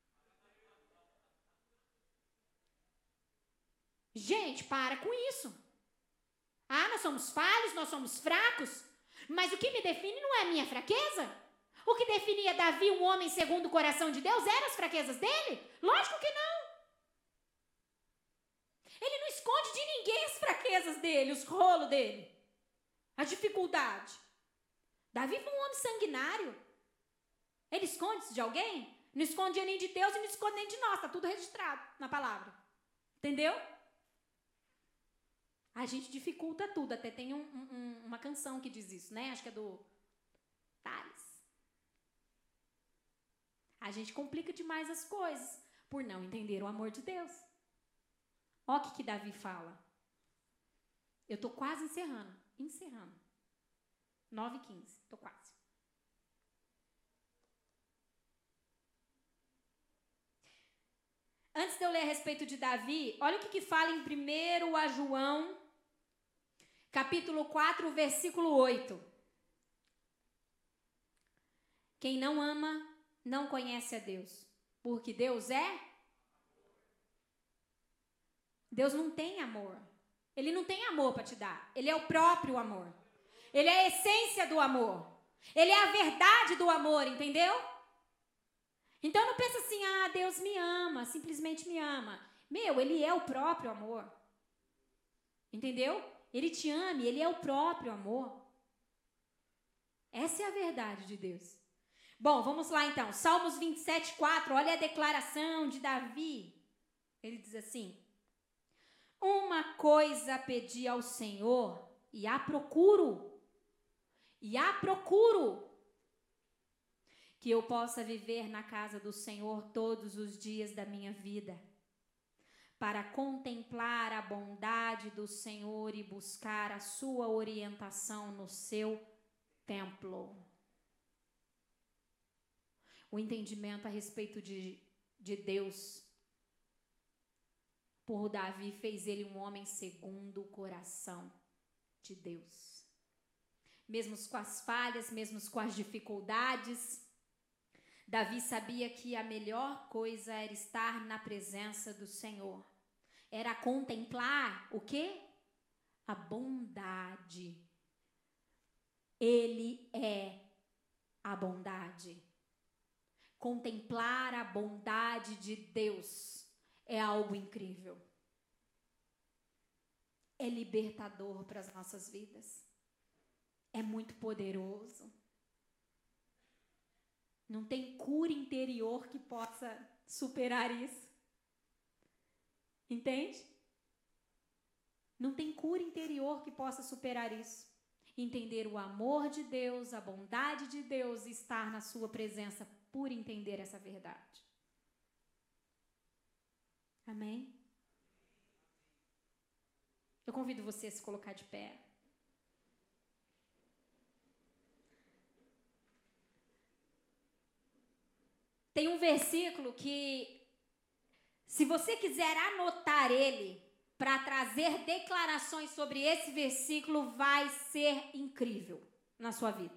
S1: Gente, para com isso. Ah, nós somos falhos, nós somos fracos, mas o que me define não é a minha fraqueza. O que definia Davi, um homem segundo o coração de Deus, eram as fraquezas dele? Lógico que não. Ele não esconde de ninguém as fraquezas dele, os rolos dele, a dificuldade. Davi foi um homem sanguinário. Ele esconde-se de alguém? Não esconde nem de Deus e não esconde nem de nós. Está tudo registrado na palavra. Entendeu? A gente dificulta tudo. Até tem um, um, uma canção que diz isso, né? Acho que é do Thales. A gente complica demais as coisas por não entender o amor de Deus. Olha o que, que Davi fala. Eu estou quase encerrando. Encerrando. nove e quinze. Estou quase. Antes de eu ler a respeito de Davi, olha o que, que fala em primeiro João, capítulo quatro, versículo oito. Quem não ama, não conhece a Deus, porque Deus é... Deus não tem amor. Ele não tem amor para te dar. Ele é o próprio amor. Ele é a essência do amor. Ele é a verdade do amor, entendeu? Então não pensa assim, ah, Deus me ama, simplesmente me ama. Meu, ele é o próprio amor. Entendeu? Ele te ama, ele é o próprio amor. Essa é a verdade de Deus. Bom, vamos lá então. Salmos vinte e sete, quatro. Olha a declaração de Davi. Ele diz assim: uma coisa pedi ao Senhor e a procuro. E a procuro. Que eu possa viver na casa do Senhor todos os dias da minha vida, para contemplar a bondade do Senhor e buscar a sua orientação no seu templo. O entendimento a respeito de, de Deus por Davi fez ele um homem segundo o coração de Deus. Mesmo com as falhas, mesmo com as dificuldades, Davi sabia que a melhor coisa era estar na presença do Senhor. Era contemplar o quê? A bondade. Ele é a bondade. Contemplar a bondade de Deus é algo incrível. É libertador para as nossas vidas. É muito poderoso. Não tem cura interior que possa superar isso. Entende? Não tem cura interior que possa superar isso. Entender o amor de Deus, a bondade de Deus e estar na sua presença por entender essa verdade. Amém? Eu convido você a se colocar de pé. Tem um versículo que, se você quiser anotar ele, para trazer declarações sobre esse versículo, vai ser incrível na sua vida.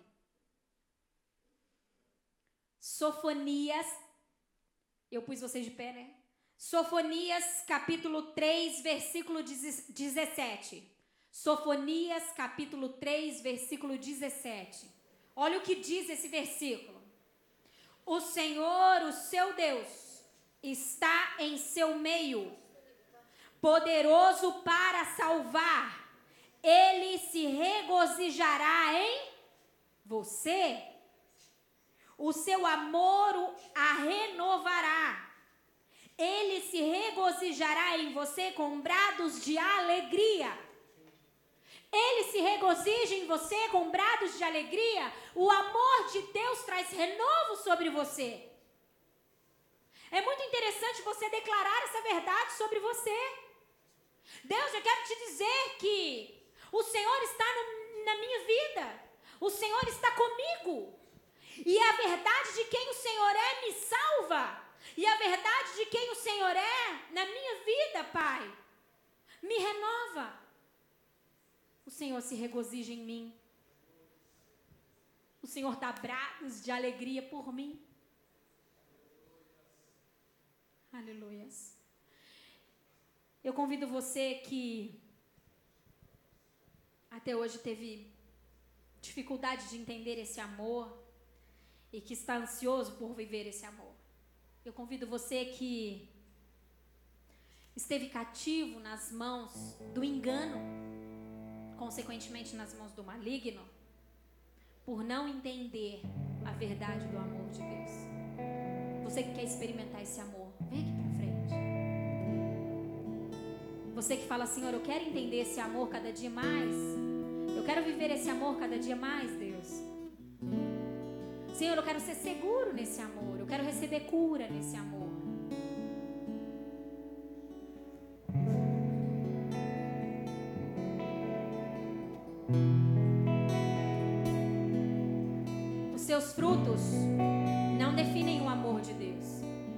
S1: Sofonias, eu pus vocês de pé, né? Sofonias, capítulo três, versículo dezessete. Sofonias capítulo três, versículo dezessete. Olha o que diz esse versículo. O Senhor, o seu Deus, está em seu meio, poderoso para salvar. Ele se regozijará em você. O seu amor a renovará. Ele se regozijará em você com brados de alegria. Ele se regozija em você com brados de alegria. O amor de Deus traz renovo sobre você. É muito interessante você declarar essa verdade sobre você. Deus, eu quero te dizer que o Senhor está no, na minha vida. O Senhor está comigo. E a verdade de quem o Senhor é me salva. E a verdade de quem o Senhor é na minha vida, Pai, me renova. O Senhor se regozija em mim. O Senhor dá brados de alegria por mim. Aleluias. Eu convido você que até hoje teve dificuldade de entender esse amor e que está ansioso por viver esse amor. Eu convido você que esteve cativo nas mãos do engano, consequentemente nas mãos do maligno, por não entender a verdade do amor de Deus. Você que quer experimentar esse amor, vem aqui pra frente. Você que fala, Senhor, eu quero entender esse amor cada dia mais. Eu quero viver esse amor cada dia mais, Deus. Senhor, eu quero ser seguro nesse amor. Eu quero receber cura nesse amor. Os seus frutos não definem o amor de Deus.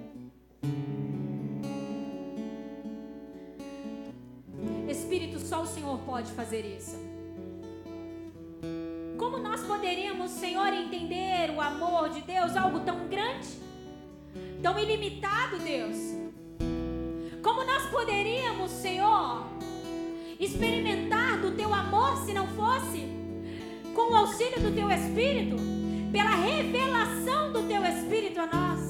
S1: Espírito, só o Senhor pode fazer isso. Como nós poderíamos, Senhor, entender o amor de Deus, algo tão grande, tão ilimitado, Deus? Como nós poderíamos, Senhor, experimentar do Teu amor se não fosse com o auxílio do Teu Espírito, pela revelação do Teu Espírito a nós?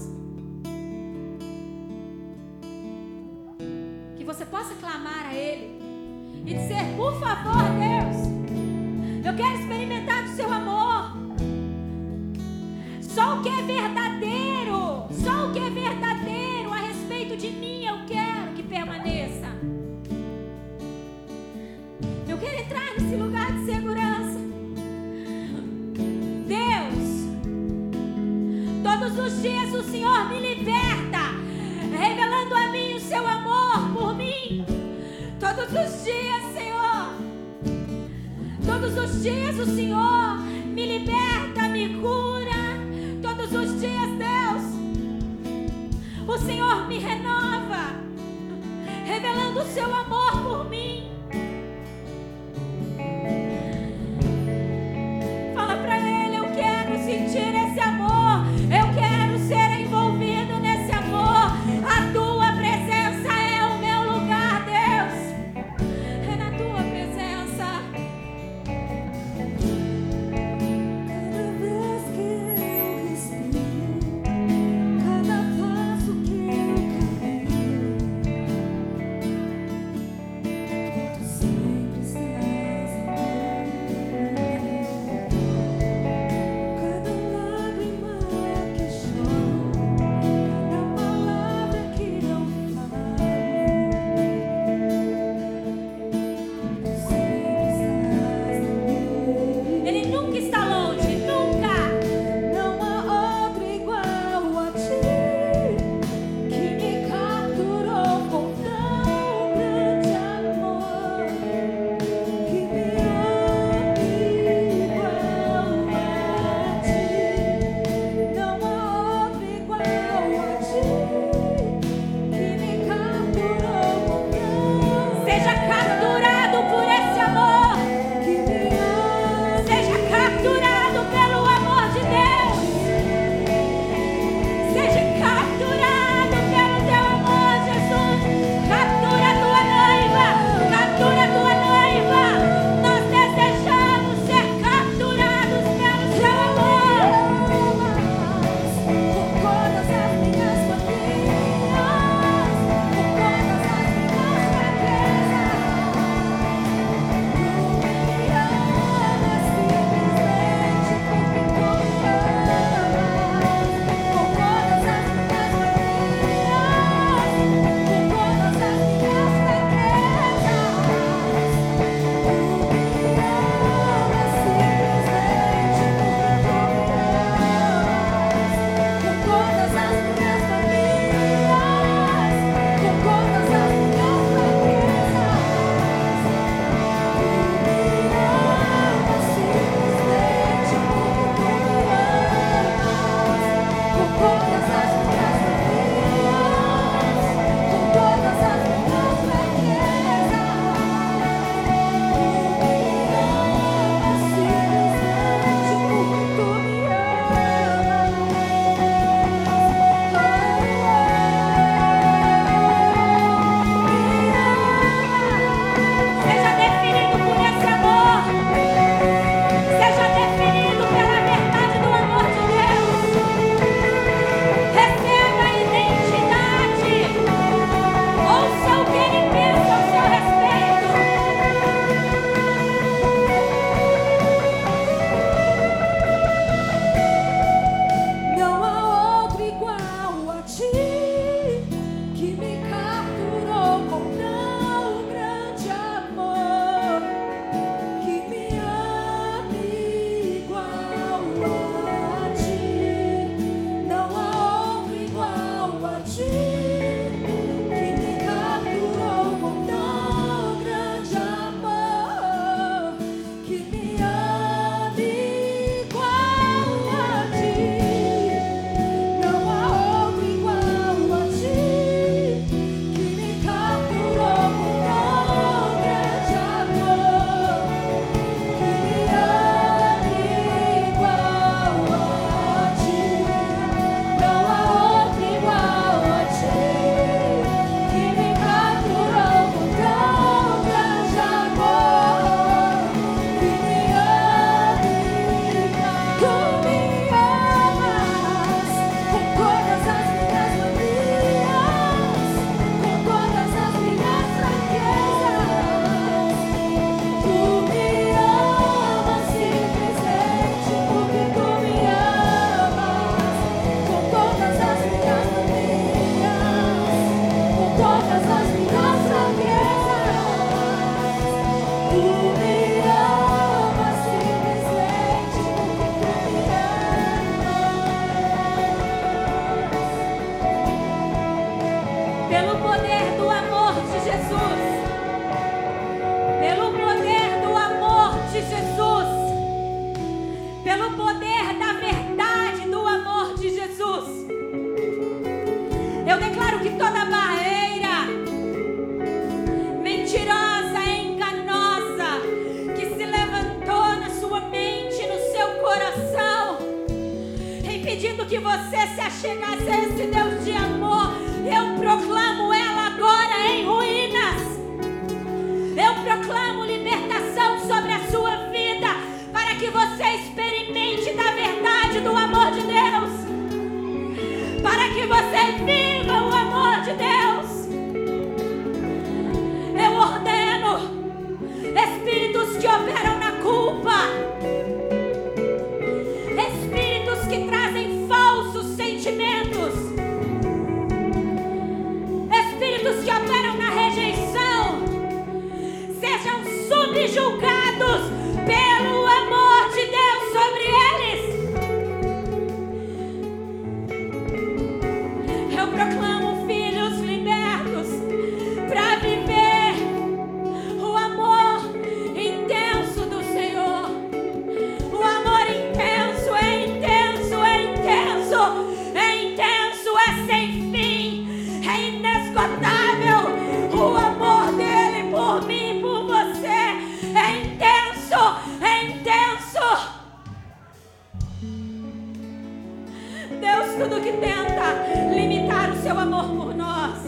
S1: Que você possa clamar a Ele e dizer, por favor, Deus, eu quero experimentar do seu amor. Só o que é verdadeiro, só o que é verdadeiro a respeito de mim eu quero que permaneça. Eu quero entrar nesse lugar de segurança. Deus, todos os dias o Senhor me liberta, revelando a mim o seu amor por mim. Todos os dias, Senhor, todos os dias o Senhor me liberta, me cura. Todos os dias, Deus, o Senhor me renova, revelando o seu amor por mim. Fala pra Ele, eu quero sentir esse amor, eu quero ser envolvido nesse amor. A tua presença é o meu lugar, Deus. É na tua presença. Cada vez que eu respiro, cada passo que eu caminho, Jesus, pelo poder do amor de Jesus, pelo poder da verdade do amor de Jesus, eu declaro que toda barreira mentirosa, enganosa, que se levantou na sua mente, no seu coração, impedindo que você se achegasse a esse Deus de amor, eu proclamo ela agora em ruínas. Eu proclamo libertação sobre a sua vida, para que você experimente da verdade do amor de Deus, para que você viva o amor de Deus. Eu ordeno espíritos que operam na culpa, espíritos que trazem falsos sentimentos, espíritos que operam na rejeição, sejam subjugados pelo amor de Deus sobre eles. Eu proclamo filhos libertos para viver o amor intenso do Senhor. O amor intenso é intenso, é intenso, é intenso, é sem fim, é inesgotável. O amor dele por mim, por você, é intenso, é intenso. Deus, tudo que tenta limitar o seu amor por nós,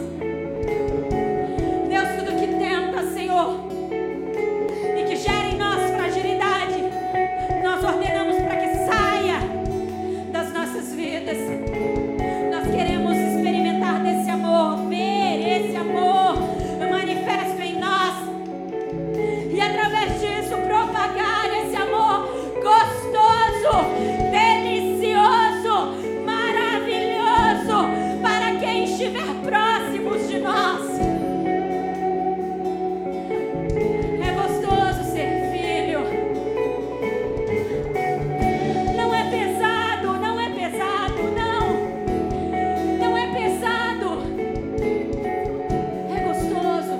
S1: Deus, tudo que tenta, Senhor, e que gera em nós fragilidade, nós ordenamos para que saia das nossas vidas. Nós queremos experimentar desse amor, ver esse amor manifesto em nós, e através disso propagar esse amor gostoso, delicioso, maravilhoso para quem estiver próximos de nós. É gostoso ser filho. Não é pesado, não é pesado, não. Não é pesado. É gostoso.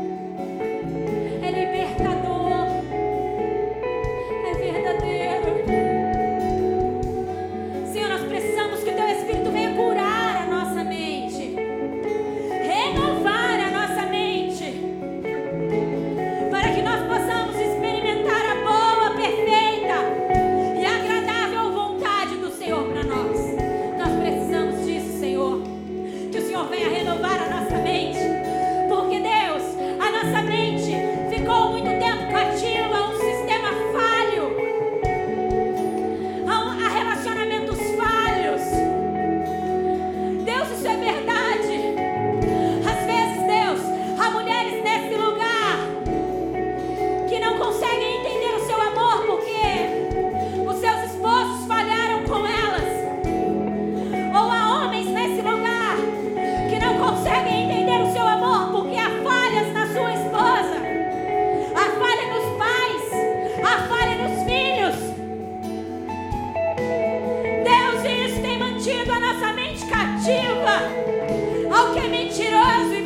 S1: É libertador. É verdadeiro. Senhor, nós precisamos que o Teu Espírito venha curar a nossa mente, renovar a nossa mente, para que nós possamos experimentar a boa, perfeita e agradável vontade do Senhor para nós. Nós precisamos disso, Senhor. Que o Senhor venha renovar a nossa mente, porque, Deus, a nossa mente ficou muito tempo cativa a um sistema falho, a, a relacionamentos falhos. Deus, isso é verdade. Às vezes, Deus, há mulheres nesse lugar que não conseguem entender o seu amor porque os seus esposos falharam com elas. Ou há homens nesse lugar que não conseguem entender o seu amor porque há falhas na sua esposa, há falha nos pais, há falha nos filhos. Deus, isso tem mantido a nossa mente cativa ao que é mentiroso